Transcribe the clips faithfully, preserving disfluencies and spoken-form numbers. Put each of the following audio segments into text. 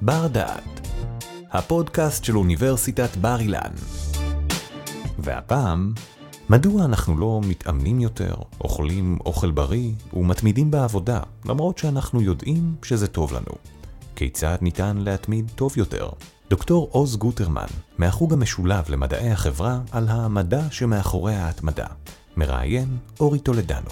בר דעת, הפודקאסט של אוניברסיטת בר אילן. והפעם, מדוע אנחנו לא מתאמנים יותר, אוכלים אוכל בריא ומתמידים בעבודה, למרות שאנחנו יודעים שזה טוב לנו? כיצד ניתן להתמיד טוב יותר? דוקטור עוז גוטרמן, מהחוג המשולב למדעי החברה על המדע שמאחורי ההתמדה, מראיין אורי טולדנו.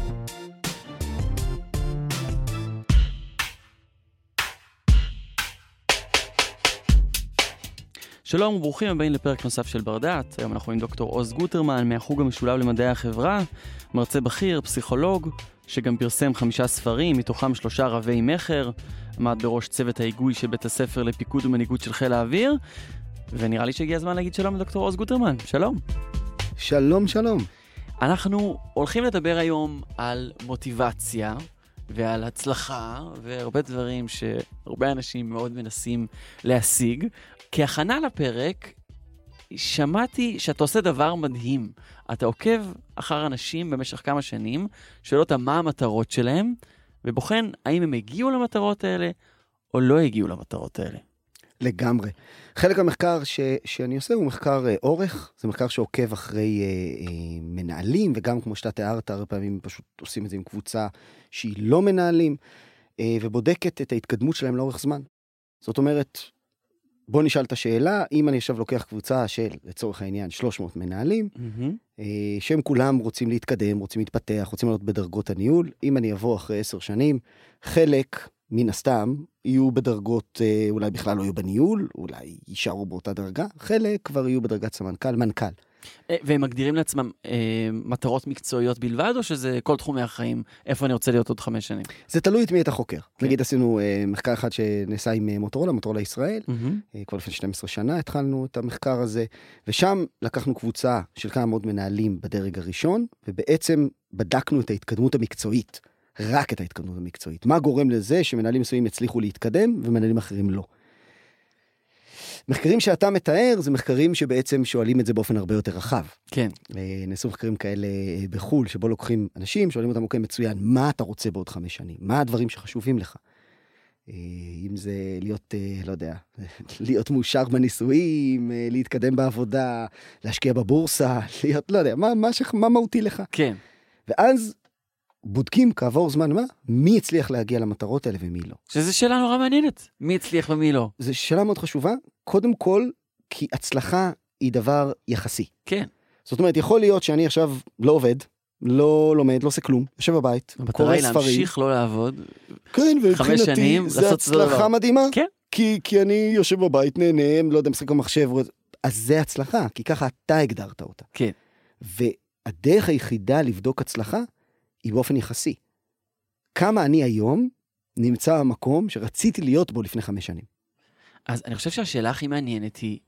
שלום וברוכים הבאים לפרק נוסף של בר דעת. היום אנחנו עם דוקטור עוז גוטרמן מהחוג המשולב למדעי החברה, מרצה בכיר, פסיכולוג, שגם פרסם חמישה ספרים, מתוכם שלושה רבי מחר, עמד בראש צוות ההיגוי של בית הספר לפיקוד ומנהיגות של חיל האוויר, ונראה לי שהגיע הזמן להגיד שלום לדוקטור עוז גוטרמן. שלום. שלום, שלום. אנחנו הולכים לדבר היום על מוטיבציה ועל הצלחה והרבה דברים שהרבה אנשים מאוד מנסים להשיג. כהכנה לפרק, שמעתי שאתה עושה דבר מדהים. אתה עוקב אחר אנשים במשך כמה שנים, שואל אותם מה המטרות שלהם, ובוחן האם הם הגיעו למטרות האלה, או לא הגיעו למטרות האלה. לגמרי. חלק המחקר ש, שאני עושה הוא מחקר אה, אורך, זה מחקר שעוקב אחרי אה, אה, מנהלים, וגם כמו שאתה תיארת, הרבה פעמים פשוט עושים את זה עם קבוצה שהיא לא מנהלים, אה, ובודקת את ההתקדמות שלהם לאורך זמן. זאת אומרת, בוא נשאל את השאלה, אם אני עכשיו לוקח קבוצה של, לצורך העניין, שלוש מאות מנהלים, mm-hmm. שהם כולם רוצים להתקדם, רוצים להתפתח, רוצים לעלות בדרגות הניהול, אם אני אבוא אחרי עשר שנים, חלק מן הסתם יהיו בדרגות, אולי בכלל לא יהיו בניהול, אולי יישארו באותה דרגה, חלק כבר יהיו בדרגת סמנכ"ל, מנכ"ל. והם מגדירים לעצמם אה, מטרות מקצועיות בלבד, או שזה כל תחומי החיים, איפה אני רוצה להיות עוד חמש שנים? זה תלוי את מי אתה חוקר. כן. נגיד עשינו אה, מחקר אחד שנעשה עם מוטורולה, מוטורולה ישראל, mm-hmm. אה, כבר לפני שתים עשרה שנה התחלנו את המחקר הזה, ושם לקחנו קבוצה של כמה מאוד מנהלים בדרג הראשון, ובעצם בדקנו את ההתקדמות המקצועית, רק את ההתקדמות המקצועית. מה גורם לזה שמנהלים מסוימים יצליחו להתקדם, ומנהלים אחרים לא? מחקרים שאתה מתאר, זה מחקרים שבעצם שואלים את זה באופן הרבה יותר רחב. כן. נעשו מחקרים כאלה בחול, שבו לוקחים אנשים, שואלים אותם, אוקיי, מצוין, מה אתה רוצה בעוד חמש שנים? מה הדברים שחשובים לך? אם זה להיות, לא יודע, להיות מאושר בניסויים, להתקדם בעבודה, להשקיע בבורסה, להיות, לא יודע, מה, מה, מה מהותי לך? כן. ואז בודקים כעבור זמן מה, מי הצליח להגיע למטרות האלה ומי לא. שזו שאלה נורא מעניינת, מי הצליח ומי לא. זו שאלה מאוד חשובה, קודם כל, כי הצלחה היא דבר יחסי. כן. זאת אומרת, יכול להיות שאני עכשיו לא עובד, לא לומד, לא עושה כלום, יושב בבית, קורא ספרים. להמשיך לא לעבוד. כן, חמש שנים, זה הצלחה מדהימה. כן. כי, כי אני יושב בבית, נהנה, לא יודע, משחק במחשב, אז זה הצלחה, כי ככה אתה הגדרת אותה. כן. והדרך היחידה לבדוק הצלחה, היא באופן יחסי. כמה אני היום נמצא במקום שרציתי להיות בו לפני חמש שנים. אז אני חושב שהשאלה הכי מעניינת היא,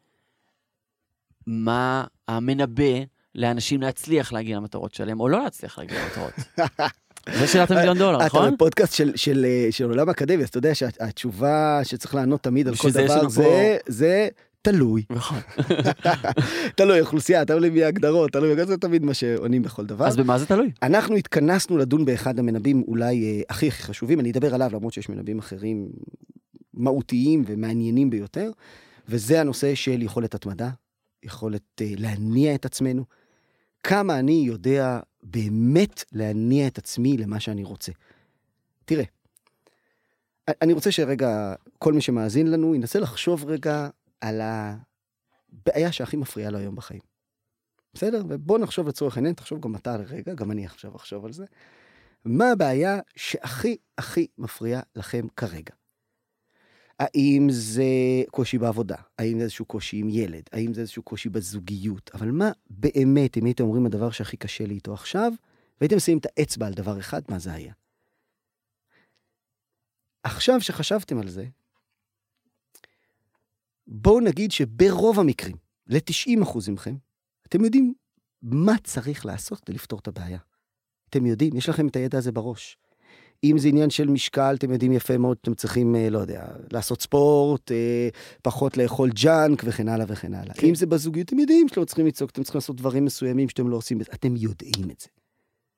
מה המנבא לאנשים להצליח להגיע למטרות שלהם, או לא להצליח להגיע למטרות? זה שאלת המיליון דולר, נכון? אתה בפודקאסט של, של, של עולם אקדמי, אז אתה יודע שהתשובה שצריך לענות תמיד על כל דבר, זה, זה תלוי. נכון. תלוי, אוכלוסייה, תלוי מי ההגדרות, תלוי, זה תמיד מה שעונים בכל דבר. אז במה זה תלוי? אנחנו התכנסנו לדון באחד המנבאים אולי הכי הכי חשובים, אני אדבר עליו, למרות שיש מנבאים אחרים מהותיים ומעניינים ביותר, וזה הנושא של יכולת התמדה, יכולת להניע את עצמנו, כמה אני יודע באמת להניע את עצמי למה שאני רוצה. תראה, אני רוצה שרגע, כל מי שמאזין לנו, ינסה לחשוב רגע על הבעיה שהכי מפריעה לו היום בחיים. בסדר? ובוא נחשוב לצורך העניין, תחשוב גם אתה לרגע, גם אני עכשיו אחשוב על זה. מה הבעיה שהכי הכי מפריעה לכם כרגע? האם זה קושי בעבודה? האם זה איזשהו קושי עם ילד? האם זה איזשהו קושי בזוגיות? אבל מה באמת, אם הייתם אומרים הדבר שהכי קשה לי איתו עכשיו, והייתם שמים את האצבע על דבר אחד, מה זה היה? עכשיו שחשבתם על זה, בואו נגיד שברוב המקרים, ל-תשעים אחוז מכם, אתם יודעים מה צריך לעשות כדי לפתור את הבעיה. אתם יודעים, יש לכם את הידע הזה בראש. אם זה עניין של משקל, אתם יודעים יפה מאוד, אתם צריכים, לא יודע, לעשות ספורט, פחות לאכול ג'אנק וכן הלאה וכן הלאה. כן. אם זה בזוגיות, אתם יודעים שלא צריכים לצעוק, אתם צריכים לעשות דברים מסוימים שאתם לא עושים, אתם יודעים את זה.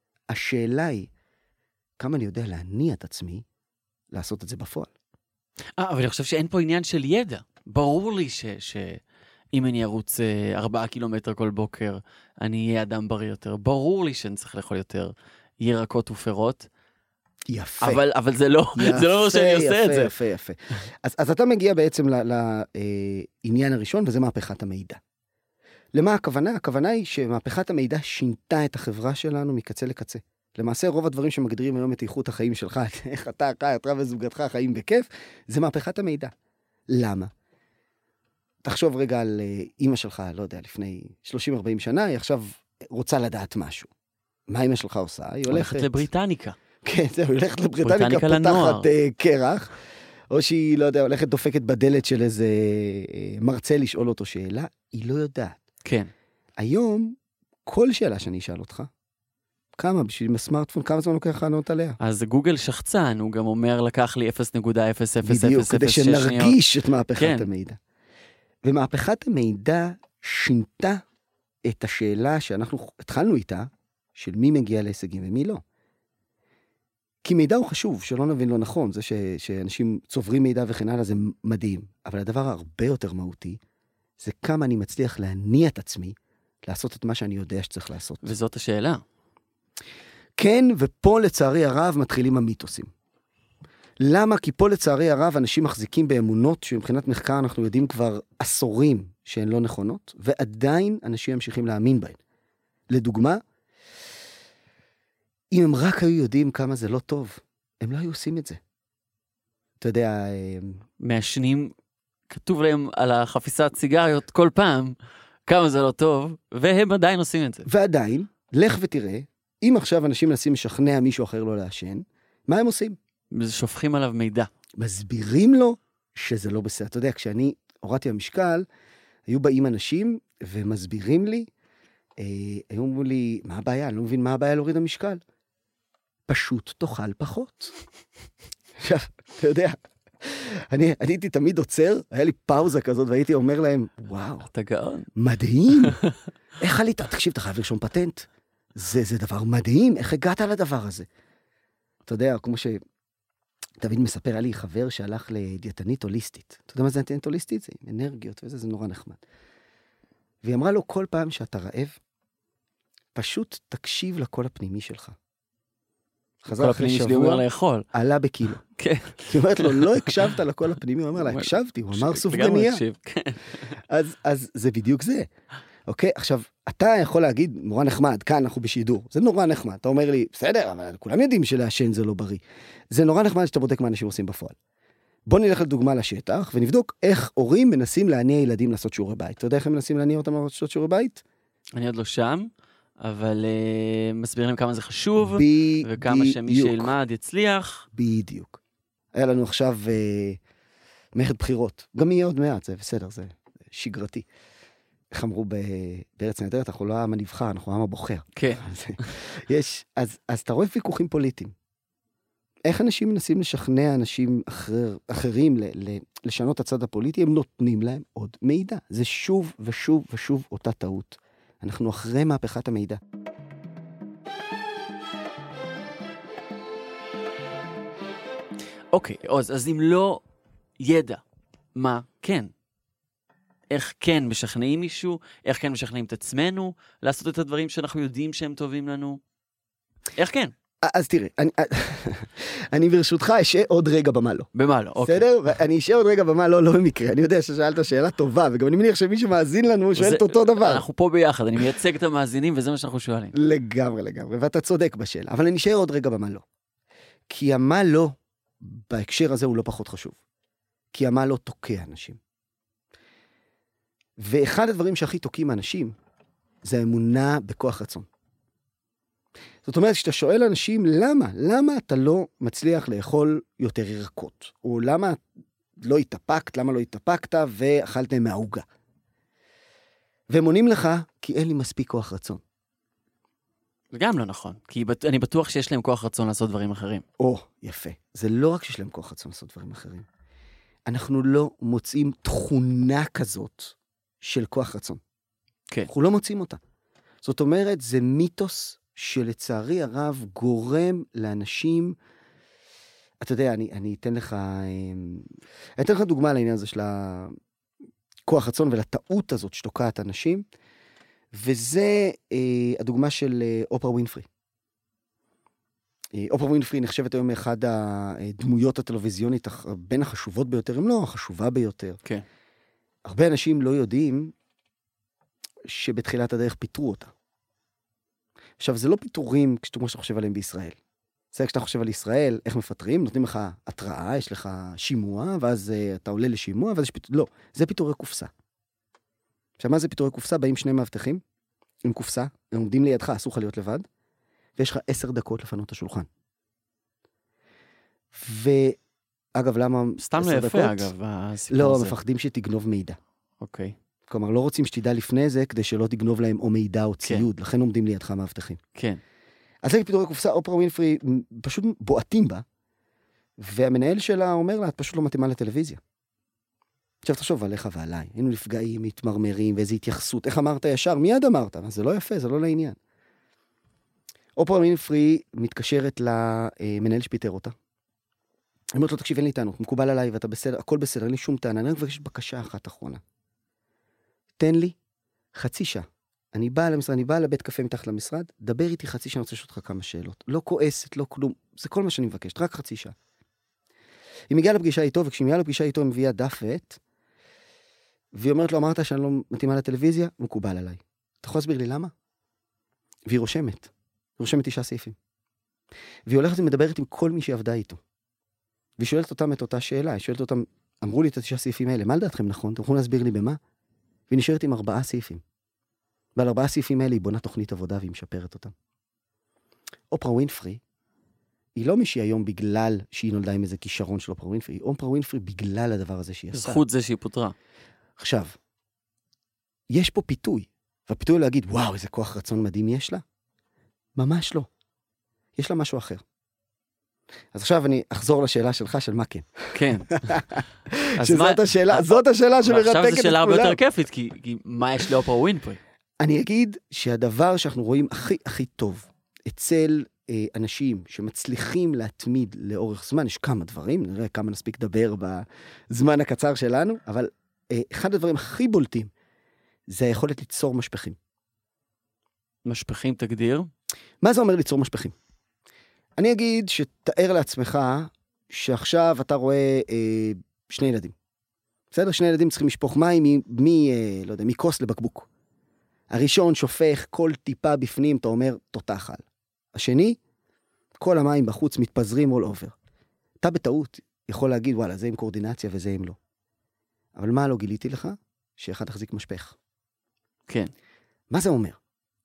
השאלה היא, כמה אני יודע להניע את עצמי לעשות את זה בפועל? אה, אבל אני חושב שאין פה עניין של ידע. ברור לי ש... ש... אם אני ארוץ אה, ארבעה קילומטר כל בוקר, אני אהיה אדם בריא יותר. ברור לי שאני צריך לאכול יותר ירקות ופירות. יפה. אבל, אבל זה לא, יפה, זה לא אומר שאני עושה יפה, את זה. יפה, יפה. אז, אז אתה מגיע בעצם לעניין הראשון, וזה מהפכת המידע. למה הכוונה? הכוונה היא שמהפכת המידע שינתה את החברה שלנו מקצה לקצה. למעשה, רוב הדברים שמגדירים היום את איכות החיים שלך, איך אתה, אתה, אתה וזוגתך חיים בכיף, זה מהפכת המידע. למה? תחשוב רגע על אמא שלך, לא יודע, לפני שלושים ארבעים שנה, היא עכשיו רוצה לדעת משהו. מה אמא שלך עושה? היא הולכת... הולכת לבריטניקה. כן, זהו, היא הולכת לבריטניקה, פותחת קרח, או שהיא, לא יודע, הולכת דופקת בדלת של איזה מרצה לשאול אותו שאלה, היא לא יודעת. כן. היום, כל שאלה שאני אשאל אותך, כמה, בשביל עם הסמארטפון, כמה זמן לוקח לענות עליה? אז גוגל שחצן, הוא גם אומר, לקח לי אפס נקודה אפס אפס אפס אפס בדיוק, כדי שנרגיש את מהפכת כן. המידע. ומהפכת המידע שינתה את השאלה שאנחנו התחלנו איתה, של מי מגיע להישגים ומי לא. כי מידע הוא חשוב, שלא נבין לא נכון, זה ש, שאנשים צוברים מידע וכן הלאה, זה מדהים. אבל הדבר הרבה יותר מהותי, זה כמה אני מצליח להניע את עצמי, לעשות את מה שאני יודע שצריך לעשות. וזאת השאלה. כן, ופה לצערי הרב מתחילים המיתוסים. למה? כי פה לצערי הרב אנשים מחזיקים באמונות שמבחינת מחקר אנחנו יודעים כבר עשורים שהן לא נכונות, ועדיין אנשים ממשיכים להאמין בהן. לדוגמה, אם הם רק היו יודעים כמה זה לא טוב, הם לא היו עושים את זה. אתה יודע... מעשנים, כתוב להם על החפיסת סיגריות כל פעם, כמה זה לא טוב, והם עדיין עושים את זה. ועדיין, לך ותראה, אם עכשיו אנשים מנסים לשכנע מישהו אחר לא לעשן, מה הם עושים? שופכים עליו מידע. מסבירים לו שזה לא בסדר. אתה יודע, כשאני הורדתי במשקל, היו באים אנשים ומסבירים לי, אה, היו אומרים לי, מה הבעיה? אני לא מבין מה הבעיה להוריד המשקל. פשוט תאכל פחות. עכשיו, אתה יודע, אני, אני הייתי תמיד עוצר, היה לי פאוזה כזאת, והייתי אומר להם, וואו, אתה גאון. מדהים. איך עלית? תקשיב, אתה חייב לרשום פטנט. זה, זה דבר מדהים, איך הגעת לדבר הזה? אתה יודע, כמו ש... דוד מספר, היה לי חבר שהלך לדיאטנית הוליסטית. אתה יודע מה זה דיאטנית הוליסטית? זה עם אנרגיות וזה, זה נורא נחמד. והיא אמרה לו, כל פעם שאתה רעב, פשוט תקשיב לקול הפנימי שלך. הקול הפנימי שלי אומר לאכול. עלה בקילו. כן. היא אומרת לו, לא הקשבת לקול הפנימי, הוא אמר לה, הקשבתי, הוא אמר סופגניה. אז זה בדיוק זה. אוקיי, עכשיו, אתה יכול להגיד, נורא נחמד, כאן אנחנו בשידור, זה נורא נחמד, אתה אומר לי, בסדר, אבל כולם יודעים שלעשן זה לא בריא. זה נורא נחמד שאתה בודק מה אנשים עושים בפועל. בוא נלך לדוגמה לשטח, ונבדוק איך הורים מנסים להניע ילדים לעשות שיעורי בית. אתה יודע איך הם מנסים להניע אותם לעשות שיעורי בית? אני עוד לא שם, אבל uh, מסבירים להם כמה זה חשוב, ב- וכמה שמי שילמד יצליח. בדיוק. היה לנו עכשיו uh, מערכת בחירות, גם יהיה עוד מעט, זה בסדר, זה שגרתי. איך אמרו בארץ נהדרת, אנחנו לא העם הנבחר, אנחנו העם הבוחר. כן. יש, אז, אז אתה רואה ויכוחים פוליטיים. איך אנשים מנסים לשכנע אנשים אחר, אחרים ל, ל, לשנות הצד הפוליטי, הם נותנים להם עוד מידע. זה שוב ושוב ושוב אותה טעות. אנחנו אחרי מהפכת המידע. אוקיי, אז, אז אם לא ידע, מה כן? איך כן משכנעים מישהו, איך כן משכנעים את עצמנו, לעשות את הדברים שאנחנו יודעים שהם טובים לנו. איך כן? אז תראה, אני, אני ברשותך אשאר עוד רגע במה לא. במה לא, אוקיי. בסדר? אני אשאר עוד רגע במה לא, לא במקרה. אני יודע ששאלת שאלה טובה, וגם אני מניח שמישהו מאזין לנו, שואל את אותו דבר. אנחנו פה ביחד, אני מייצג את המאזינים, וזה מה שאנחנו שואלים. לגמרי, לגמרי, ואתה צודק בשאלה, אבל אני אשאר עוד רגע במה לא. כי המה לא, בהקשר הזה הוא לא פחות חשוב. כי המה לא תוקע אנשים. ואחד הדברים שהכי תוקעים אנשים, זה האמונה בכוח רצון. זאת אומרת, שאתה שואל אנשים, למה? למה אתה לא מצליח לאכול יותר ירקות? או למה לא התאפקת, למה לא התאפקת ואכלת מהעוגה? והם עונים לך, כי אין לי מספיק כוח רצון. זה גם לא נכון, כי אני בטוח שיש להם כוח רצון לעשות דברים אחרים. או, יפה. זה לא רק שיש להם כוח רצון לעשות דברים אחרים. אנחנו לא מוצאים תכונה כזאת של כוח רצון. כן. אנחנו לא מוצאים אותה. זאת אומרת, זה מיתוס שלצערי הרב גורם לאנשים, אתה יודע, אני, אני אתן לך, אני אתן לך דוגמה לעניין הזה של הכוח רצון ולטעות הזאת שתוקעת אנשים, וזה אה, הדוגמה של אה, אופרה ווינפרי. אה, אופרה ווינפרי נחשבת היום מאחד הדמויות הטלוויזיונית בין החשובות ביותר, אם לא החשובה ביותר. כן. הרבה אנשים לא יודעים שבתחילת הדרך פיטרו אותה. עכשיו, זה לא פיטורים כמו שאתה חושב עליהם בישראל. זה כשאתה חושב על ישראל, איך מפטרים, נותנים לך התראה, יש לך שימוע, ואז uh, אתה עולה לשימוע, ואז יש פיטור... לא, זה פיטורי קופסה. עכשיו, מה זה פיטורי קופסה? באים שני מאבטחים עם קופסה, הם עומדים לידך, אסור לך להיות לבד, ויש לך עשר דקות לפנות את השולחן. ואגב, למה סתם לא יפה, דקות? אגב, הסיפור לא, הזה. מפחדים שתגנוב מידע. אוקיי. כלומר, לא רוצים שתדע לפני זה, כדי שלא תגנוב להם או מידע או ציוד, כן. לכן עומדים לידך מאבטחים. כן. אז זה פיטורי קופסה, אופרה ווינפרי פשוט בועטים בה, והמנהל שלה אומר לה, את פשוט לא מתאימה לטלוויזיה. עכשיו תחשוב עליך ועליי, היינו נפגעים, מתמרמרים, ואיזו התייחסות, איך אמרת ישר? מיד אמרת, אבל זה לא יפה, זה לא לעניין. אופרה ווינפרי מתקשרת למנהל שפיטר אותה. אני אומרת לו, תקשיב, אין לי טענות, מקובל עליי, ואתה בסדר, הכל בסדר, אין לי שום טענה, אני מבקש בקשה אחת אחרונה. תן לי חצי שעה. אני באה למשרד, אני באה לבית קפה מתחת למשרד, דבר איתי חצי שעה, אני רוצה לשאול אותך כמה שאלות. לא כועסת, לא כלום, זה כל מה שאני מבקשת, רק חצי שעה. היא מגיעה לפגישה איתו, וכשהיא מגיעה לפגישה איתו, היא מביאה דף ועט, והיא אומרת לו, אמרת שאני לא מתאימה לטלוויזיה, מקובל עליי. אתה יכול להסביר לי למה? והיא רושמת, היא רושמת תשעה סעיפים. והיא הולכת ומדברת עם כל מי שעבדה איתו. והיא שואלת אותם את אותה שאלה, היא שואלת אותם, אמרו לי את התשעה סעיפים האלה, מה לדעתכם נכון? אתם יכולים להסביר לי במה? והיא נשארת עם ארבעה סעיפים. ועל ארבעה סעיפים האלה היא בונה תוכנית עבודה והיא משפרת אותם. אופרה ווינפרי, היא לא מישהי היום בגלל שהיא נולדה עם איזה כישרון של אופרה ווינפרי, היא אופרה ווינפרי בגלל הדבר הזה שהיא עשה. זכות זה שהיא פוטרה. עכשיו, יש פה פיתוי, והפיתוי להגיד, וואו, איזה כוח רצון מדהים יש לה? ממש לא. יש לה משהו אחר. אז עכשיו אני אחזור לשאלה שלך של מה כן. כן. שזאת השאלה, זאת השאלה שמרתקת את כולם. עכשיו זו שאלה הרבה יותר כיפית, כי מה יש לאופרה ווינפרי? אני אגיד שהדבר שאנחנו רואים הכי הכי טוב אצל אה, אנשים שמצליחים להתמיד לאורך זמן, יש כמה דברים, נראה כמה נספיק לדבר בזמן הקצר שלנו, אבל אה, אחד הדברים הכי בולטים, זה היכולת ליצור משפחים. משפחים תגדיר? מה זה אומר ליצור משפחים? אני אגיד שתאר לעצמך שעכשיו אתה רואה אה, שני ילדים. בסדר? שני ילדים צריכים לשפוך מים מ, מ, אה, לא יודע, מכוס לבקבוק. הראשון שופך כל טיפה בפנים, אתה אומר, תותח על. השני, כל המים בחוץ מתפזרים all over. אתה בטעות יכול להגיד, וואלה, זה עם קורדינציה וזה עם לא. אבל מה לא גיליתי לך? שאחד תחזיק משפך. כן. מה זה אומר?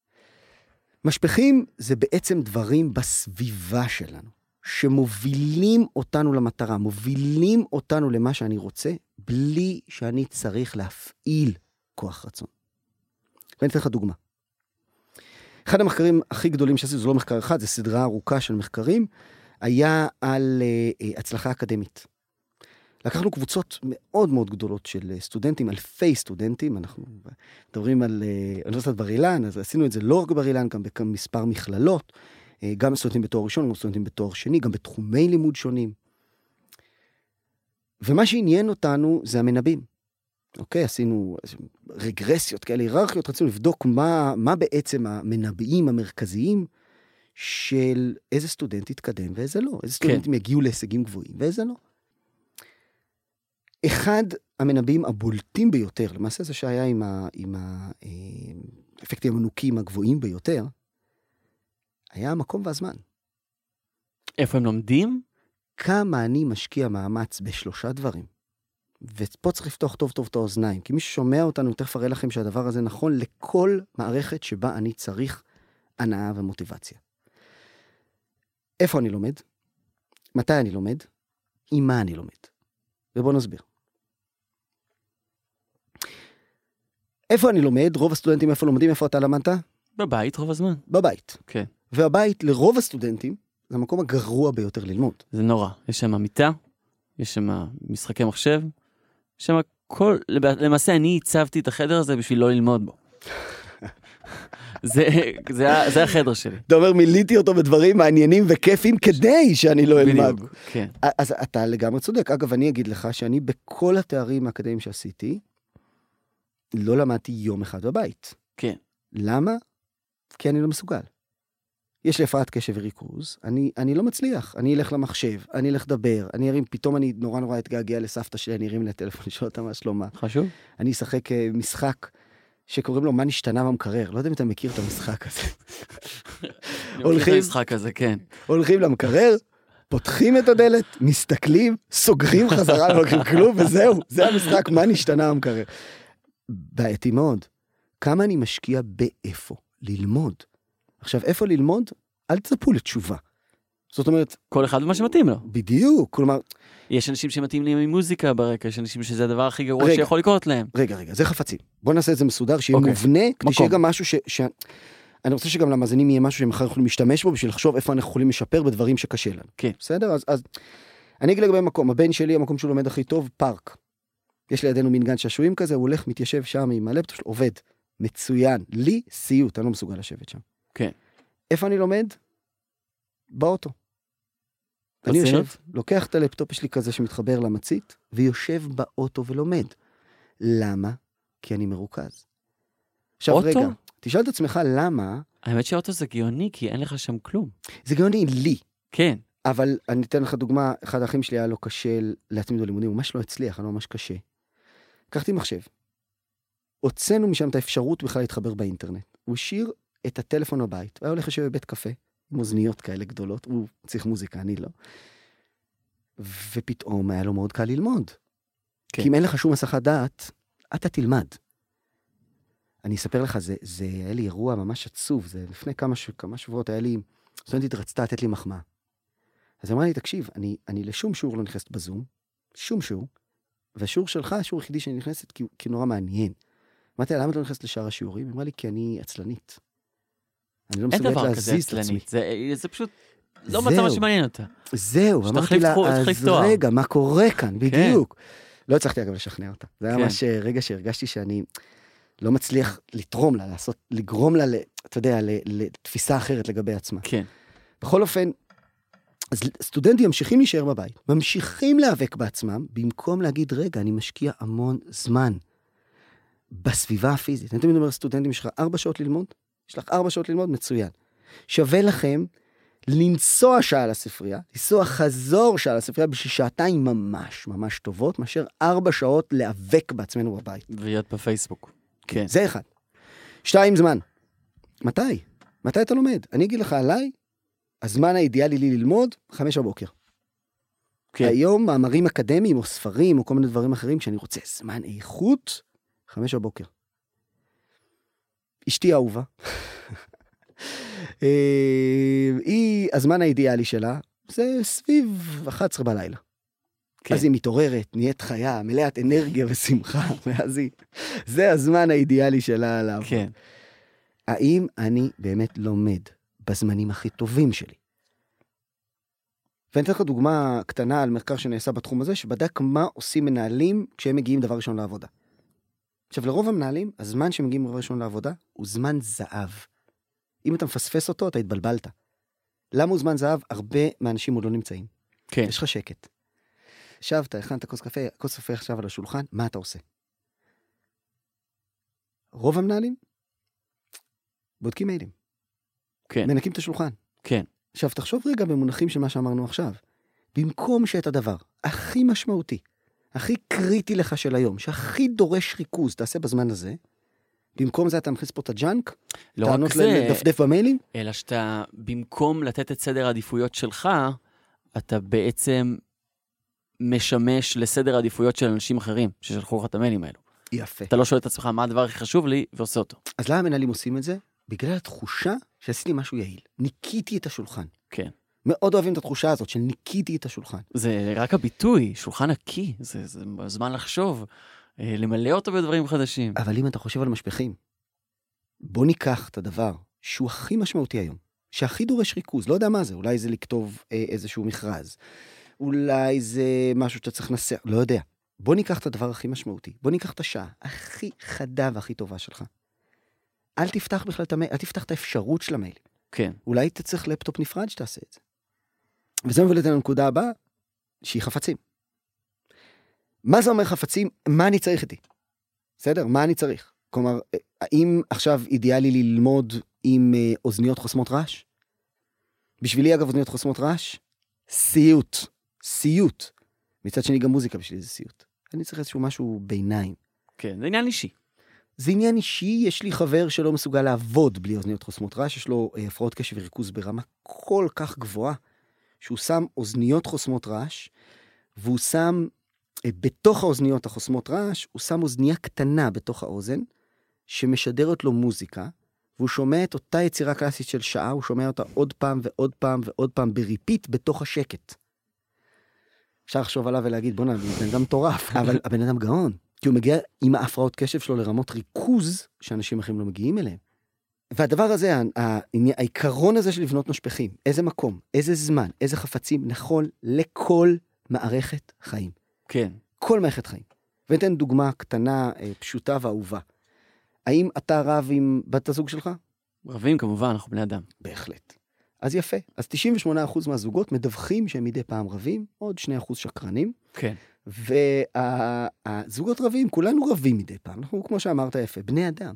משפחים זה בעצם דברים בסביבה שלנו, שמובילים אותנו למטרה, מובילים אותנו למה שאני רוצה, בלי שאני צריך להפעיל כוח רצון. ואני אתן לך דוגמה. אחד המחקרים הכי גדולים שעשיתי, זה לא מחקר אחד, זה סדרה ארוכה של מחקרים, היה על uh, הצלחה אקדמית. לקחנו קבוצות מאוד מאוד גדולות של סטודנטים, אלפי סטודנטים, אנחנו מדברים על uh, אוניברסיטת בר אילן, אז עשינו את זה לא רק בר אילן, גם במספר מכללות, uh, גם סטודנטים בתואר ראשון, גם סטודנטים בתואר שני, גם בתחומי לימוד שונים. ומה שעניין אותנו זה המנבאים. אוקיי, עשינו רגרסיות כאלה, היררכיות, רצינו לבדוק מה, מה בעצם המנבאים המרכזיים של איזה סטודנט יתקדם ואיזה לא, איזה סטודנטים כן. יגיעו להישגים גבוהים ואיזה לא. אחד המנבאים הבולטים ביותר, למעשה זה שהיה עם, ה, עם האפקטים המנוקים הגבוהים ביותר, היה המקום והזמן. איפה הם לומדים? כמה אני משקיע מאמץ בשלושה דברים. ופה צריך לפתוח טוב טוב את האוזניים, כי מי ששומע אותנו תכף אראה לכם שהדבר הזה נכון לכל מערכת שבה אני צריך הנאה ומוטיבציה. איפה אני לומד? מתי אני לומד? עם מה אני לומד? ובואו נסביר. איפה אני לומד? רוב הסטודנטים איפה לומדים? איפה אתה למדת? בבית רוב הזמן. בבית. כן. והבית לרוב הסטודנטים זה המקום הגרוע ביותר ללמוד. זה נורא. יש שם מיטה, יש שם משחקי מחשב, יש שם כל, למעשה אני הצבתי את החדר הזה בשביל לא ללמוד בו. זה, זה, זה החדר שלי. אתה אומר, מיליתי אותו בדברים מעניינים וכיפים כדי שאני לא אלמד. בדיוק, כן. אז אתה לגמרי צודק. אגב, אני אגיד לך שאני בכל התארים האקדמיים שעשיתי, לא למדתי יום אחד בבית. כן. למה? כי אני לא מסוגל. יש לי הפרעת קשב וריכוז, אני, אני לא מצליח, אני אלך למחשב, אני אלך לדבר, אני ארים, פתאום אני נורא נורא אתגעגע לסבתא שלי, אני ארים לטלפון, לשאול אותה מה שלומה. חשוב. אני אשחק משחק שקוראים לו מה נשתנה במקרר, לא יודע אם אתה מכיר את המשחק הזה. הולכים למשחק הזה, כן. הולכים למקרר, פותחים את הדלת, מסתכלים, סוגרים חזרה, לא לוקחים כלום, וזהו, זה המשחק, מה נשתנה במקרר. בעייתי מאוד. כמה אני משקיע באיפה? ללמוד. עכשיו, איפה ללמוד? אל תצפו לתשובה. זאת אומרת... כל אחד מה שמתאים לו. בדיוק, כלומר... יש אנשים שמתאים לי ממוזיקה ברקע, יש אנשים שזה הדבר הכי גרוע רגע, שיכול לקרות להם. רגע, רגע, זה חפצים. בוא נעשה את זה מסודר, שיהיה אוקיי. מובנה, כדי מקום. שיהיה גם משהו ש... ש... אני רוצה שגם למאזינים יהיה משהו שמחר יכולים להשתמש בו, בשביל לחשוב איפה אנחנו יכולים לשפר בדברים שקשה לנו. כן. בסדר? אז, אז... אני אגיד לגבי מקום. הבן שלי, המקום שהוא לומד הכי טוב, פארק. יש לידינו מין גן שעשועים כזה, הוא הולך, מתיישב שם עם הלפטופ שלו, עובד. מצוין. לי סיוט, אני לא מסוגל לשבת שם. כן. איפה אני לומד? באוטו. אני יושב, לוקח את הלפטופ שלי כזה שמתחבר למצית, ויושב באוטו ולומד. למה? כי אני מרוכז. עכשיו אוטו? רגע, תשאל את עצמך למה... האמת שאוטו זה גאוני, כי אין לך שם כלום. זה גאוני לי. כן. אבל אני אתן לך דוגמה, אחד האחים שלי היה לו קשה להתמיד בלימודים, הוא ממש לא הצליח, היה לו ממש קשה. לקחתי מחשב. הוצאנו משם את האפשרות בכלל להתחבר באינטרנט. הוא השאיר את הטלפון בבית, והיה הולך לשבת בבית קפה, עם אוזניות כאלה גדולות, הוא צריך מוזיקה, אני לא. ופתאום היה לו מאוד קל ללמוד. כן. כי אם אין לך שום הסחת דעת, אתה תלמד. אני אספר לך, זה, זה היה לי אירוע ממש עצוב, זה לפני כמה, כמה שבועות, היה לי, סטודנטית רצתה לתת לי מחמאה. אז אמרה לי, תקשיב, אני, אני לשום שיעור לא נכנסת בזום, שום שיעור, והשיעור שלך, השיעור היחידי שאני נכנסת, כי, כי נורא מעניין. אמרתי, למה את לא נכנסת לשאר השיעורים? אמרה לי, כי אני עצלנית. אני לא מסוגלת להזיז את עצמי. זה, זה פשוט לא מצב שמעניין אותה. זהו, אמרתי לה, אז רגע, מה קורה כאן? בדיוק. לא הצלחתי אגב לשכנע אותה. זה היה ממש רגע שהרגשתי שאני לא מצליח לתרום לה, לעשות, לגרום לה, אתה יודע, לתפיסה אחרת לגבי עצמה. כן. בכל אופן, אז סטודנטים ממשיכים להישאר בבית, ממשיכים להיאבק בעצמם, במקום להגיד, רגע, אני משקיע המון זמן בסביבה הפיזית. אני תמיד אומר, סטודנטים, יש לך ארבע שעות ללמוד? יש לך ארבע שעות ללמוד? מצוין. שווה לכם לנסוע שעה לספרייה, לנסוע חזור שעה לספרייה, בשביל שעתיים ממש, ממש טובות, מאשר ארבע שעות להיאבק בעצמנו בבית. להיות בפייסבוק. כן. זה אחד. שתיים, זמן. מתי? מתי אתה לומד? אני אגיד לך עליי, הזמן האידיאלי לי ללמוד, חמש בבוקר. כן. היום מאמרים אקדמיים או ספרים או כל מיני דברים אחרים, כשאני רוצה זמן איכות, חמש בבוקר. אשתי אהובה. היא, הזמן האידיאלי שלה, זה סביב אחת עשרה בלילה. כן. אז היא מתעוררת, נהיית חיה, מלאת אנרגיה ושמחה, ואז היא, זה הזמן האידיאלי שלה עליו. כן. האם אני באמת לומד בזמנים הכי טובים שלי? ואני אתן לך דוגמה קטנה על מחקר שנעשה בתחום הזה, שבדק מה עושים מנהלים כשהם מגיעים דבר ראשון לעבודה. עכשיו, לרוב המנהלים, הזמן שמגיעים דבר ראשון לעבודה, הוא זמן זהב. אם אתה מפספס אותו, אתה התבלבלת. למה הוא זמן זהב? הרבה מהאנשים עוד לא נמצאים. כן. יש לך שקט. שבת, הכנת כוס קפה, כוס קפה עכשיו על השולחן, מה אתה עושה? רוב המנהלים, בודקים מיילים. כן. מנקים את השולחן. כן. עכשיו, תחשוב רגע במונחים של מה שאמרנו עכשיו. במקום שאת הדבר הכי משמעותי, הכי קריטי לך של היום, שהכי דורש ריכוז, תעשה בזמן הזה, במקום זה אתה מכניס פה את הג'אנק, לא רק זה, לדפדף במיילים, אלא שאתה, במקום לתת את סדר העדיפויות שלך, אתה בעצם משמש לסדר העדיפויות של אנשים אחרים, ששלחו לך את המיילים האלו. יפה. אתה לא שואל את עצמך מה הדבר הכי חשוב לי, ועושה אותו. אז למה המנהלים עושים את זה? בגלל התחושה שעשיתי משהו יעיל. ניקיתי את השולחן. כן. מאוד אוהבים את התחושה הזאת של ניקיתי את השולחן. זה רק הביטוי, שולחן נקי, זה, זה זמן לחשוב, למלא אותו בדברים חדשים. אבל אם אתה חושב על משפחים, בוא ניקח את הדבר שהוא הכי משמעותי היום, שהכי דורש ריכוז, לא יודע מה זה, אולי זה לכתוב אה, איזשהו מכרז, אולי זה משהו שאתה צריך לנסר, לא יודע. בוא ניקח את הדבר הכי משמעותי, בוא ניקח את השעה הכי חדה והכי טובה שלך. אל תפתח בכלל את המייל, אל תפתח את האפשרות של המיילים. כן. אולי אתה צריך לפטופ נפרד שתעשה את זה. וזה מביא אותנו לנקודה הבאה, שהיא חפצים. מה זה אומר חפצים? מה אני צריך איתי? בסדר? מה אני צריך? כלומר, האם עכשיו אידיאלי ללמוד עם אוזניות חוסמות רעש? בשבילי, אגב, אוזניות חוסמות רעש, סיוט. סיוט. מצד שני, גם מוזיקה בשבילי זה סיוט. אני צריך איזשהו משהו ביניים. כן, זה עניין אישי. זה עניין אישי, יש לי חבר שלא מסוגל לעבוד בלי אוזניות חוסמות רעש, יש לו אה, הפרעות קשב וריכוז ברמה כל כך גבוהה, שהוא שם אוזניות חוסמות רעש, והוא שם, אה, בתוך האוזניות החוסמות רעש, הוא שם אוזניה קטנה בתוך האוזן, שמשדרת לו מוזיקה, והוא שומע את אותה יצירה קלאסית של שעה, הוא שומע אותה עוד פעם ועוד פעם ועוד פעם, בריפיט בתוך השקט. אפשר לחשוב עליו ולהגיד, בוא נביא, בן אדם מטורף, אבל הבן אדם גאון. כי הוא מגיע עם ההפרעות קשב שלו לרמות ריכוז שאנשים אחרים לא מגיעים אליהם. והדבר הזה, העיקרון הזה של לבנות משפחים, איזה מקום, איזה זמן, איזה חפצים, נכון לכל מערכת חיים. כן. כל מערכת חיים. וניתן דוגמה קטנה, פשוטה ואהובה. האם אתה רב עם בת הזוג שלך? רבים כמובן, אנחנו בני אדם. בהחלט. אז יפה. אז תשעים ושמונה אחוז מהזוגות מדווחים שהם מדי פעם רבים, עוד שני אחוז שקרנים. כן. והזוגות רבים, כולנו רבים מדי פעם, אנחנו, כמו שאמרת יפה, בני אדם.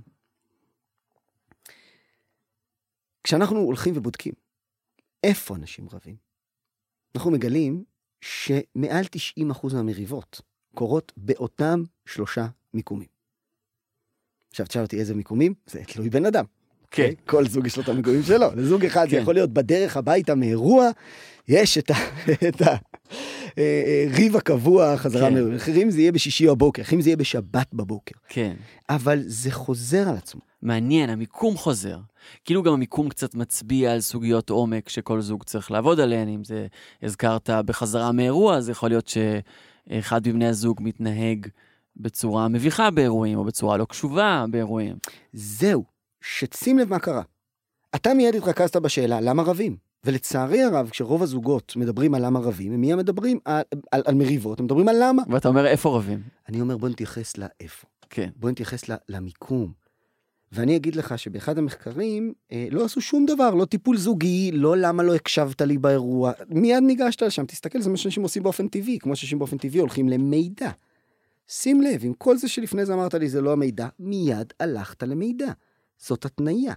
כשאנחנו הולכים ובודקים, איפה אנשים רבים? אנחנו מגלים שמעל תשעים אחוז מהמריבות קורות באותם שלושה מיקומים. עכשיו תשאל אותי איזה מיקומים? זה תלוי בן אדם. כן. Okay? כל זוג יש לו את המיקומים שלו. לזוג אחד כן. זה יכול להיות בדרך הביתה מאירוע, יש את ה... את ה... ריב הקבוע, חזרה כן. מאירוע. אחרים זה יהיה בשישי בבוקר, אחרים זה יהיה בשבת בבוקר. כן. אבל זה חוזר על עצמו. מעניין, המיקום חוזר. כאילו גם המיקום קצת מצביע על סוגיות עומק שכל זוג צריך לעבוד עליהן. אם זה הזכרת בחזרה מאירוע, זה יכול להיות שאחד מבני הזוג מתנהג בצורה מביכה באירועים, או בצורה לא קשובה באירועים. זהו, שתשים לב מה קרה. אתה מיד התרכזת בשאלה, למה רבים? ולצערי הרב, כשרוב הזוגות מדברים על למה רבים, הם מיד מדברים על, על, על מריבות, הם מדברים על למה. ואתה אומר, איפה רבים? אני אומר, בוא נתייחס לאיפה. כן. בוא נתייחס למיקום. ואני אגיד לך שבאחד המחקרים, אה, לא עשו שום דבר, לא טיפול זוגי, לא למה לא הקשבת לי באירוע. מיד ניגשת לשם, תסתכל, זה מה שאנשים עושים באופן טבעי, כמו שאנשים באופן טבעי הולכים למידע. שים לב, עם כל זה שלפני זה אמרת לי, זה לא המידע, מיד הלכת למידע. זאת התניה.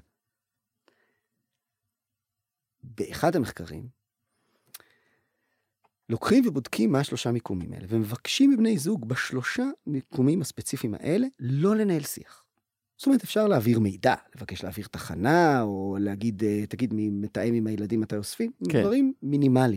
באחד המחקרים, לוקחים ובודקים מה השלושה מיקומים האלה, ומבקשים מבני זוג בשלושה מיקומים הספציפיים האלה, לא לנהל שיח. זאת אומרת, אפשר להעביר מידע, לבקש להעביר תחנה, או להגיד, תגיד, מי מתאם עם הילדים מתי אוספים, כן. דברים מינימליים.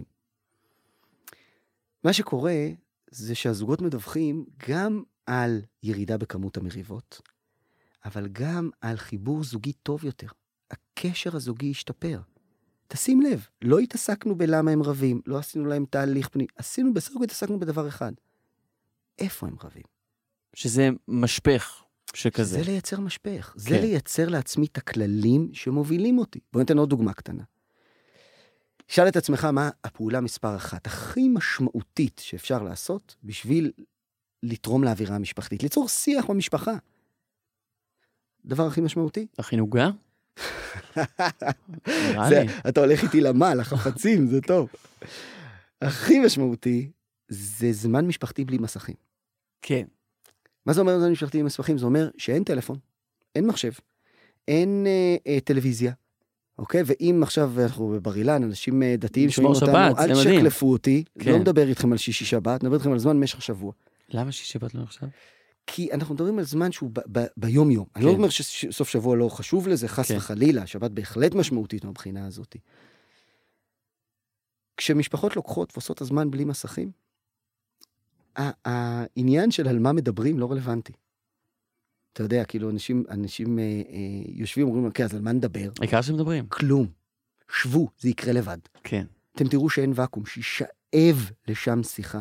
מה שקורה, זה שהזוגות מדווחים גם על ירידה בכמות המריבות, אבל גם על חיבור זוגי טוב יותר. הקשר הזוגי ישתפר. תשים לב, לא התעסקנו בלמה הם רבים, לא עשינו להם תהליך פנימי, עשינו בסך הכל התעסקנו בדבר אחד. איפה הם רבים? שזה משפך שכזה. זה לייצר משפך, זה כן. לייצר לעצמי את הכללים שמובילים אותי. בוא ניתן עוד דוגמה קטנה. שאל את עצמך מה הפעולה מספר אחת, הכי משמעותית שאפשר לעשות בשביל לתרום לאווירה המשפחתית, ליצור שיח במשפחה. דבר הכי משמעותי? הכי נוגע? זה, אתה הולך איתי למה, לחפצים, זה טוב. הכי משמעותי זה זמן משפחתי בלי מסכים. כן. מה זה אומר זמן משפחתי בלי מסכים? זה אומר שאין טלפון, אין מחשב, אין אה, אה, טלוויזיה, אוקיי? ואם עכשיו אנחנו בבר אילן, אנשים דתיים שומעים אותנו, אל תשקלפו אותי, כן. לא מדבר איתכם על שישי שבת, מדבר איתכם על זמן משך השבוע. למה שישי שבת לא עכשיו? כי אנחנו מדברים על זמן שהוא ב- ב- ביום יום. כן. אני לא אומר שסוף שבוע לא חשוב לזה, חס כן. וחלילה, שבת בהחלט משמעותית מבחינה הזאת. כשמשפחות לוקחות ועושות הזמן בלי מסכים, העניין של על מה מדברים לא רלוונטי. אתה יודע, כאילו אנשים, אנשים אה, אה, יושבים ואומרים, אוקיי, אז על מה נדבר? העיקר שמדברים. כלום. שבו, זה יקרה לבד. כן. אתם תראו שאין וקום, שישאב לשם שיחה.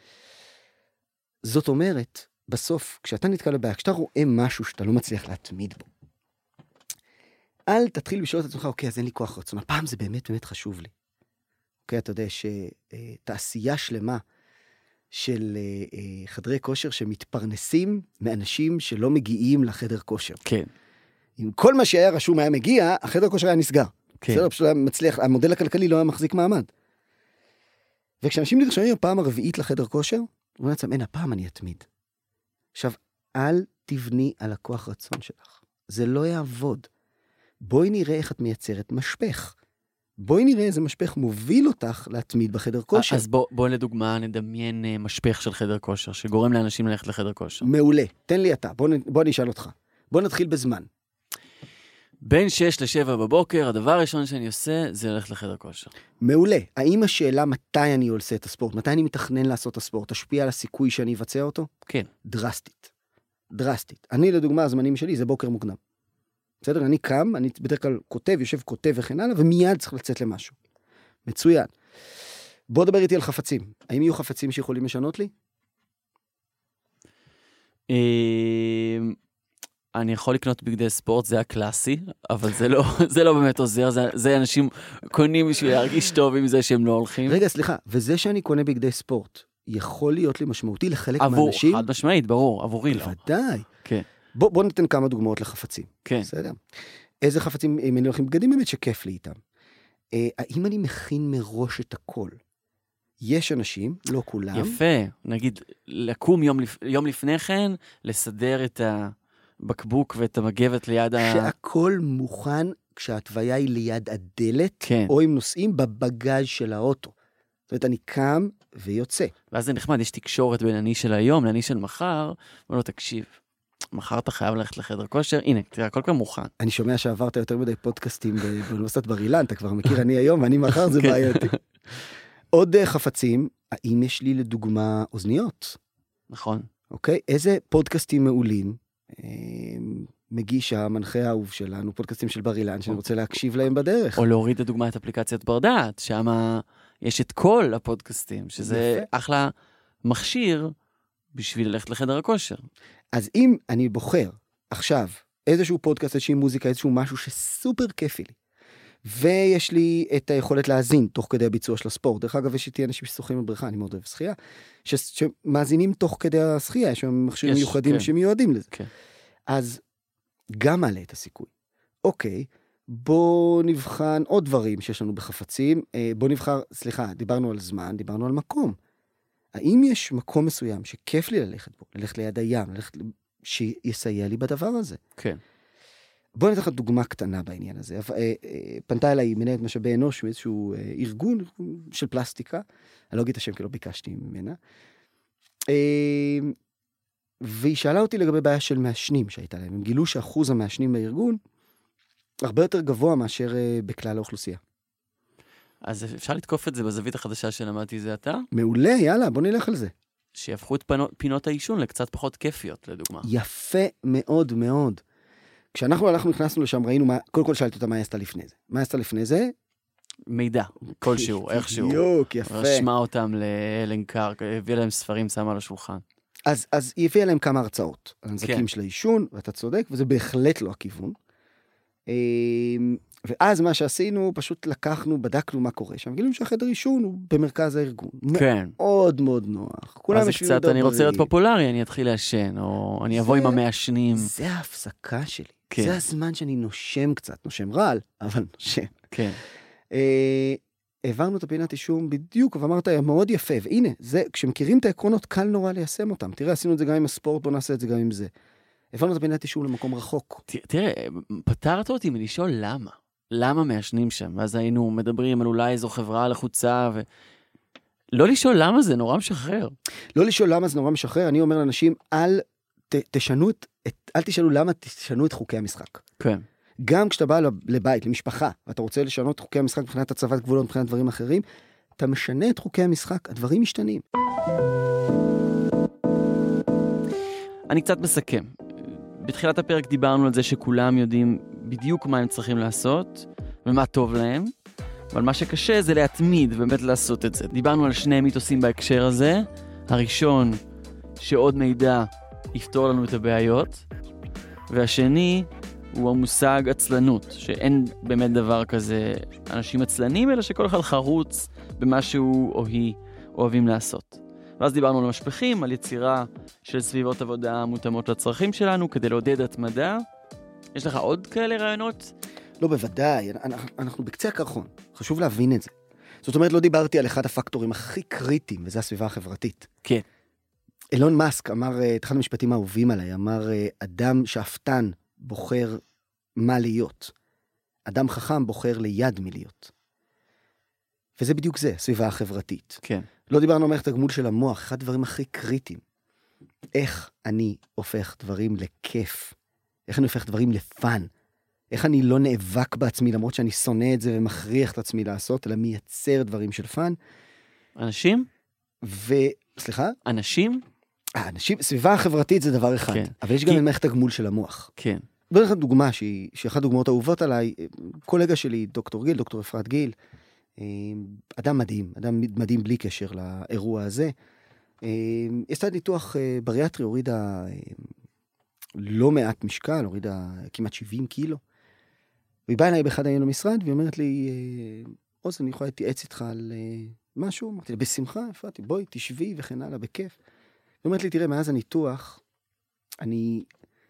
זאת אומרת, בסוף, כשאתה נתקע לבעיה, כשאתה רואה משהו שאתה לא מצליח להתמיד בו, אל תתחיל לשאול את עצמך, אוקיי, אז אין לי כוח רצון. הפעם זה באמת באמת חשוב לי. אוקיי, אתה יודע שתעשייה שלמה של חדרי כושר שמתפרנסים מאנשים שלא מגיעים לחדר כושר. כן. אם כל מה שהיה רשום היה מגיע, החדר כושר היה נסגר. כן. בסדר, פשוט היה מצליח, המודל הכלכלי לא היה מחזיק מעמד. וכשאנשים נרשמים הפעם הרביעית לחדר כושר, הוא אומר לעצמם, אין, הפעם אני אתמיד. עכשיו, אל תבני על הכוח רצון שלך. זה לא יעבוד. בואי נראה איך את מייצרת משפך. בואי נראה איזה משפך מוביל אותך להתמיד בחדר כושר. אז בוא, בוא לדוגמה נדמיין משפך של חדר כושר, שגורם לאנשים ללכת לחדר כושר. מעולה, תן לי אתה, בוא, בוא נשאל אותך. בוא נתחיל בזמן. בין שש לשבע בבוקר, הדבר הראשון שאני עושה, זה ללכת לחדר כושר. מעולה. האם השאלה מתי אני עושה את הספורט, מתי אני מתכנן לעשות את הספורט, תשפיע על הסיכוי שאני אבצע אותו? כן. דרסטית. דרסטית. אני לדוגמה, הזמנים שלי זה בוקר מוקדם. בסדר? אני קם, אני בדרך כלל כותב, יושב כותב וכן הלאה, ומיד צריך לצאת למשהו. מצוין. בוא דבר איתי על חפצים. האם יהיו חפצים שיכולים לשנות לי? אני יכול לקנות בגדי ספורט, זה הקלאסי, אבל זה לא, זה לא באמת עוזר, זה, זה אנשים קונים בשביל להרגיש טוב עם זה שהם לא הולכים. רגע, סליחה, וזה שאני קונה בגדי ספורט, יכול להיות לי משמעותי לחלק עבור, מהאנשים? חד משמעית, ברור, עבורי לא. בוודאי. כן. בוא, בוא ניתן כמה דוגמאות לחפצים. כן. בסדר? איזה חפצים, אם אני הולכים בגדים באמת שכיף לי איתם. אה, האם אני מכין מראש את הכל? יש אנשים, לא כולם. יפה, נגיד, לקום יום, לפ... יום לפני כן, לסדר את הבקבוק ואת המגבת ליד ה... שהכל מוכן כשהתוויה היא ליד הדלת, כן. או אם נוסעים בבגז של האוטו. זאת אומרת, אני קם ויוצא. ואז זה נחמד, יש תקשורת בין אני של היום לאני של מחר, ולא תקשיב. מחר אתה חייב ללכת לחדר כושר, הנה, תראה, הכל כבר מוכן. אני שומע שעברת יותר מדי פודקאסטים באוניברסיטת בר אילן, אתה כבר מכיר אני היום, ואני מחר זה בעייתי. עוד חפצים, האם יש לי לדוגמה אוזניות? נכון. אוקיי? איזה פודקאסטים מעולים, מגיש המנחה האהוב שלנו, פודקאסטים של בר אילן, שאני רוצה להקשיב להם בדרך. או להוריד לדוגמה את אפליקציית בר דעת, שם יש את כל הפודקאסטים, שזה אחלה מכשיר בשביל ללכת לחדר הכושר. אז אם אני בוחר עכשיו איזשהו פודקאסט, איזושהי מוזיקה, איזשהו משהו שסופר כיפי לי, ויש לי את היכולת להאזין תוך כדי הביצוע של הספורט. דרך אגב, יש איתי אנשים ששוחים בבריכה, אני מאוד אוהב שחייה, ש... שמאזינים תוך כדי השחייה, יש שם מכשירים מיוחדים כן. שמיועדים לזה. כן. אז גם מעלה את הסיכוי. אוקיי, בוא נבחן עוד דברים שיש לנו בחפצים. בוא נבחר, סליחה, דיברנו על זמן, דיברנו על מקום. האם יש מקום מסוים שכיף לי ללכת בו, ללכת ליד הים, ללכת שיסייע לי בדבר הזה? כן. בוא נתן לך דוגמה קטנה בעניין הזה. פנתה אליי מנהלת משאבי אנוש, מאיזשהו ארגון של פלסטיקה, אני לא אגיד את השם כי לא ביקשתי ממנה, והיא שאלה אותי לגבי בעיה של מעשנים שהייתה להם. הם גילו שאחוז המעשנים בארגון הרבה יותר גבוה מאשר בכלל האוכלוסייה. אז אפשר לתקוף את זה בזווית החדשה שלמדתי זה אתה? מעולה, יאללה, בוא נלך על זה. שיהפכו את פינות האישון לקצת פחות כיפיות, לדוגמה. יפה מאוד מאוד. כשאנחנו הלכנו, נכנסנו לשם, ראינו מה, קודם כל שאלתי אותה מה היא עשתה לפני זה. מה היא עשתה לפני זה? מידע, כלשהו, איכשהו. בדיוק, יפה. רשמה אותם לאלן קארק, הביאה להם ספרים, שמה על השולחן. אז, אז היא הביאה להם כמה הרצאות, על הנזקים כן. של האישון, ואתה צודק, וזה בהחלט לא הכיוון. ואז מה שעשינו, פשוט לקחנו, בדקנו מה קורה שם, גילום שהחדר אישון הוא במרכז הארגון. כן. מאוד מאוד נוח. אז זה קצת, אני רוצה להיות פופולרי, אני אתחיל לעשן, או אני אבוא עם המעשנים. זה ההפסקה שלי. כן. זה הזמן שאני נושם קצת, נושם רעל, אבל נושם. כן. אה, העברנו את הפינת אישום בדיוק, ואמרת, היה מאוד יפה, והנה, זה, כשמכירים את העקרונות, קל נורא ליישם אותם. תראה, עשינו את זה גם עם הספורט, בוא נעשה את זה גם עם זה. העברנו את הפינת אישום למקום רחוק. ת, תראה, פתרת אותי מלשאול למה. למה מעשנים שם? ואז היינו מדברים על אולי איזו חברה לחוצה, ו... לא לשאול למה זה נורא משחרר. לא לשאול למה זה נורא משחרר, אני אומר לאנשים, אל ת, תשנו את, אל תשאלו למה, תשנו את חוקי המשחק. כן. גם כשאתה בא לבית, למשפחה, ואתה רוצה לשנות את חוקי המשחק מבחינת הצבת גבולות, מבחינת דברים אחרים, אתה משנה את חוקי המשחק, הדברים משתנים. אני קצת מסכם. בתחילת הפרק דיברנו על זה שכולם יודעים בדיוק מה הם צריכים לעשות, ומה טוב להם, אבל מה שקשה זה להתמיד ובאמת לעשות את זה. דיברנו על שני מיתוסים בהקשר הזה. הראשון, שעוד מידע יפתור לנו את הבעיות, והשני הוא המושג עצלנות, שאין באמת דבר כזה אנשים עצלנים, אלא שכל אחד חרוץ במה שהוא או היא אוהבים לעשות. ואז דיברנו על המשפחים, על יצירה של סביבות עבודה מותאמות לצרכים שלנו, כדי לעודד התמדה, יש לך עוד כאלה רעיונות? לא, בוודאי, אנחנו, אנחנו בקצה הקרחון, חשוב להבין את זה. זאת אומרת, לא דיברתי על אחד הפקטורים הכי קריטיים, וזה הסביבה החברתית. כן. אילון מאסק אמר, את אחד המשפטים האהובים עליי, אמר, אדם שאפתן בוחר מה להיות. אדם חכם בוחר ליד מלהיות. וזה בדיוק זה, הסביבה החברתית. כן. לא דיברנו על מערכת הגמול של המוח, אחד הדברים הכי קריטיים. איך אני הופך דברים לכיף? איך אני הופך דברים לפן? איך אני לא נאבק בעצמי, למרות שאני שונא את זה ומכריח את עצמי לעשות, אלא מייצר דברים של פן. אנשים? ו... סליחה? אנשים? אה, אנשים, סביבה החברתית זה דבר אחד, כן. אבל יש גם כי... את מערכת הגמול של המוח. כן. בואו נראה דוגמה, שהיא, שאחת הדוגמאות האהובות עליי, קולגה שלי, דוקטור גיל, דוקטור אפרת גיל, אדם מדהים, אדם מדהים בלי קשר לאירוע הזה. היא עשתה ניתוח בריאטרי, הורידה לא מעט משקל, הורידה כמעט שבעים קילו. והיא באה אליי באחד היום למשרד, והיא אומרת לי, עוז, אני יכולה להתייעץ איתך על משהו? אמרתי לה, בשמחה, אפרתי, בואי, תשבי וכן הלאה, בכיף. היא אומרת לי, תראה, מאז הניתוח, אני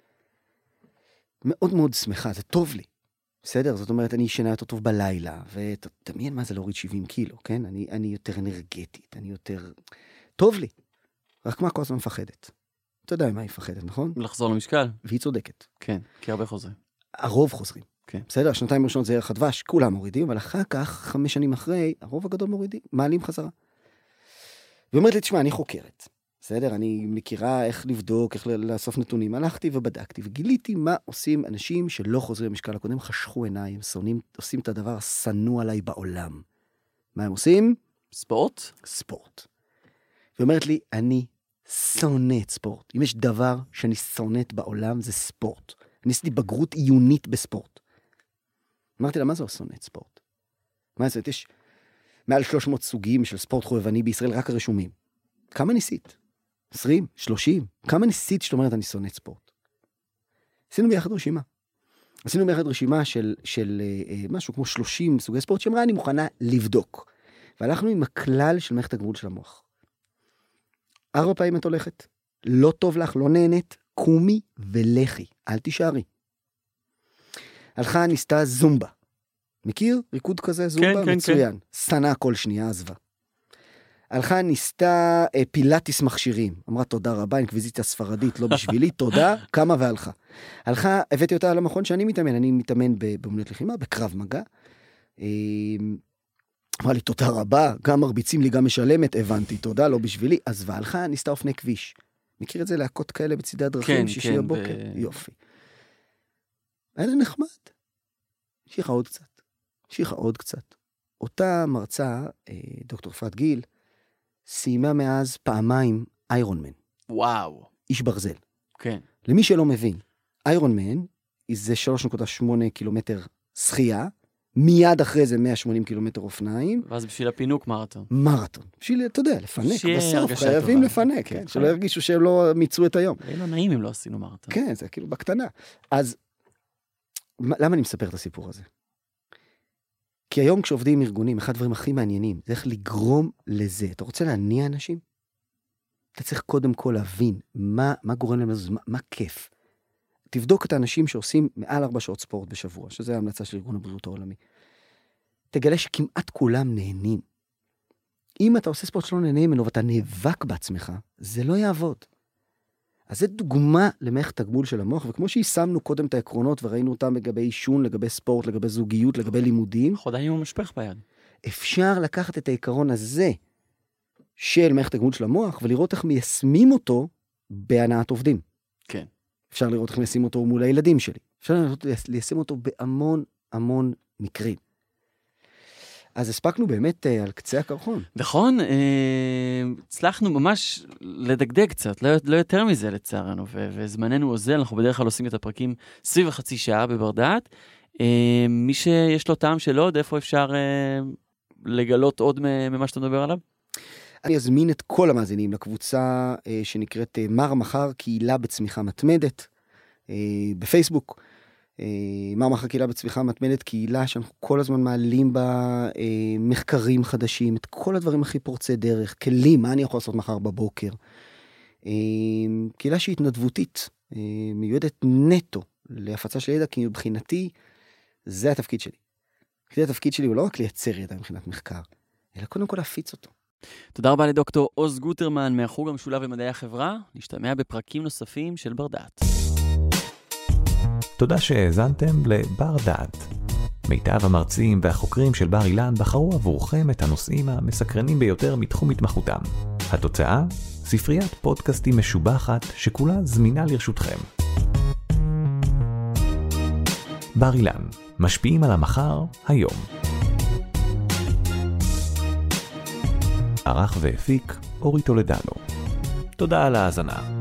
מאוד מאוד שמחה, זה טוב לי. בסדר? זאת אומרת, אני ישנה יותר טוב בלילה, ותדמיין מה זה להוריד שבעים קילו, כן? אני, אני יותר אנרגטית, אני יותר... טוב לי. רק מה כל הזמן מפחדת? אתה יודע מה היא מפחדת, נכון? לחזור למשקל. והיא צודקת. כן, כי הרבה חוזרים. הרוב חוזרים. כן. בסדר? השנתיים הראשונות זה ערך הדבש, כולם מורידים, אבל אחר כך, חמש שנים אחרי, הרוב הגדול מורידים, מעלים חזרה. והיא אומרת לי, תשמע, אני חוקרת. בסדר? אני מכירה איך לבדוק, איך לאסוף נתונים. הלכתי ובדקתי, וגיליתי מה עושים אנשים שלא חוזרים למשקל הקודם, חשכו עיניים, שונאים, עושים את הדבר השנוא עליי בעולם. מה הם עושים? ספורט? ספורט. והיא אומרת לי, אני שונאת ספורט. אם יש דבר שאני שונאת בעולם, זה ספורט. אני עשיתי בגרות עיונית בספורט. אמרתי לה, מה זה שונאת ספורט? מה זה? יש מעל שלוש מאות סוגים של ספורט חובבני בישראל, רק הרשומים. כמה ניסית? עשרים, שלושים? כמה ניסית שאת אומרת, אני שונאת ספורט? עשינו ביחד רשימה. עשינו ביחד רשימה של, של אה, משהו כמו שלושים סוגי ספורט, שאמרה, אני מוכנה לבדוק. והלכנו עם הכלל של מערכת הגמול של המוח. ארבע פעמים את הולכת, לא טוב לך, לא נהנית, קומי ולכי, אל תישארי. הלכה ניסתה זומבה. מכיר? ריקוד כזה, זומבה? כן, מצוין. כן. סנה כל שנייה עזבה. הלכה ניסתה אה, פילאטיס מכשירים. אמרה תודה רבה, אינקוויזיציה ספרדית, לא בשבילי, תודה, קמה והלכה. הלכה, הבאתי אותה למכון שאני מתאמן, אני מתאמן באמנות לחימה, בקרב מגע. אה, אמרה לי, תודה רבה, גם מרביצים לי, גם משלמת, הבנתי, תודה, לא בשבילי. אז והלכה, ניסתה אופני כביש. מכיר את זה להקות כאלה בצדי הדרכים, כן, שישי כן, הבוקר? ב... יופי. היה לה נחמד. שיחה עוד קצת. שיחה עוד קצת. אותה מרצה, דוקטור אפרת גיל, סיימה מאז פעמיים איירון מן. וואו. איש ברזל. כן. למי שלא מבין, איירון מן, זה שלוש נקודה שמונה קילומטר שחייה, מיד אחרי זה מאה ושמונים קילומטר אופניים. ואז בשביל הפינוק מרתון. מרתון. בשביל, אתה יודע, לפנק. בסוף חייבים טובה. לפנק, כן, כן, שלא ירגישו שהם לא מיצרו את היום. זה לא נעים אם לא עשינו מרתון. כן, זה כאילו בקטנה. אז, למה אני מספר את הסיפור הזה? כי היום כשעובדים עם ארגונים, אחד הדברים הכי מעניינים, זה איך לגרום לזה. אתה רוצה להניע אנשים? אתה צריך קודם כל להבין מה, מה גורם להם לזה, מה, מה כיף. תבדוק את האנשים שעושים מעל ארבע שעות ספורט בשבוע, שזה ההמלצה של ארגון הבריאות העולמי. תגלה שכמעט כולם נהנים. אם אתה עושה ספורט שלא נהנה ממנו, ואתה נאבק בעצמך, זה לא יעבוד. אז זו דוגמה למערכת הגמול של המוח, וכמו שיישמנו קודם את העקרונות, וראינו אותם לגבי אישון, לגבי ספורט, לגבי זוגיות, לגבי לימודים, אנחנו עדיין עם המשפך ביד. אפשר לקחת את העיקרון הזה, של מערכת הגמול של המוח, ולראות איך מיישמים אותו בהנעת עובדים. כן. אפשר לראות איך מיישמים אותו מול הילדים שלי. אפשר ליישם אותו בהמון המון מקרים. אז הספקנו באמת אה, על קצה הקרחון. נכון, אה, הצלחנו ממש לדגדג קצת, לא, לא יותר מזה לצערנו, ו- וזמננו עוזל, אנחנו בדרך כלל עושים את הפרקים סביב החצי שעה בבר דעת. אה, מי שיש לו טעם שלא עוד, איפה אפשר אה, לגלות עוד ממה שאתה מדבר עליו? אני אזמין את כל המאזינים לקבוצה אה, שנקראת אה, מר מחר, קהילה בצמיחה מתמדת, אה, בפייסבוק. אה, מר מחר קהילה בצמיחה מתמדת, קהילה שאנחנו כל הזמן מעלים בה אה, מחקרים חדשים, את כל הדברים הכי פורצי דרך, כלים, מה אני יכול לעשות מחר בבוקר. אה, קהילה שהיא התנדבותית, אה, מיועדת נטו להפצה של ידע, כי מבחינתי זה התפקיד שלי. כי התפקיד שלי הוא לא רק לייצר ידע מבחינת מחקר, אלא קודם כל להפיץ אותו. תודה רבה לדוקטור עוז גוטרמן מהחוג המשולב למדעי החברה. נשתמע בפרקים נוספים של בר דעת. תודה שהאזנתם לבר דעת. מיטב המרצים והחוקרים של בר אילן בחרו עבורכם את הנושאים המסקרנים ביותר מתחום התמחותם. התוצאה? ספריית פודקאסטים משובחת שכולה זמינה לרשותכם. בר אילן, משפיעים על המחר היום. ערך והפיק אורי טולדנו. תודה על ההאזנה.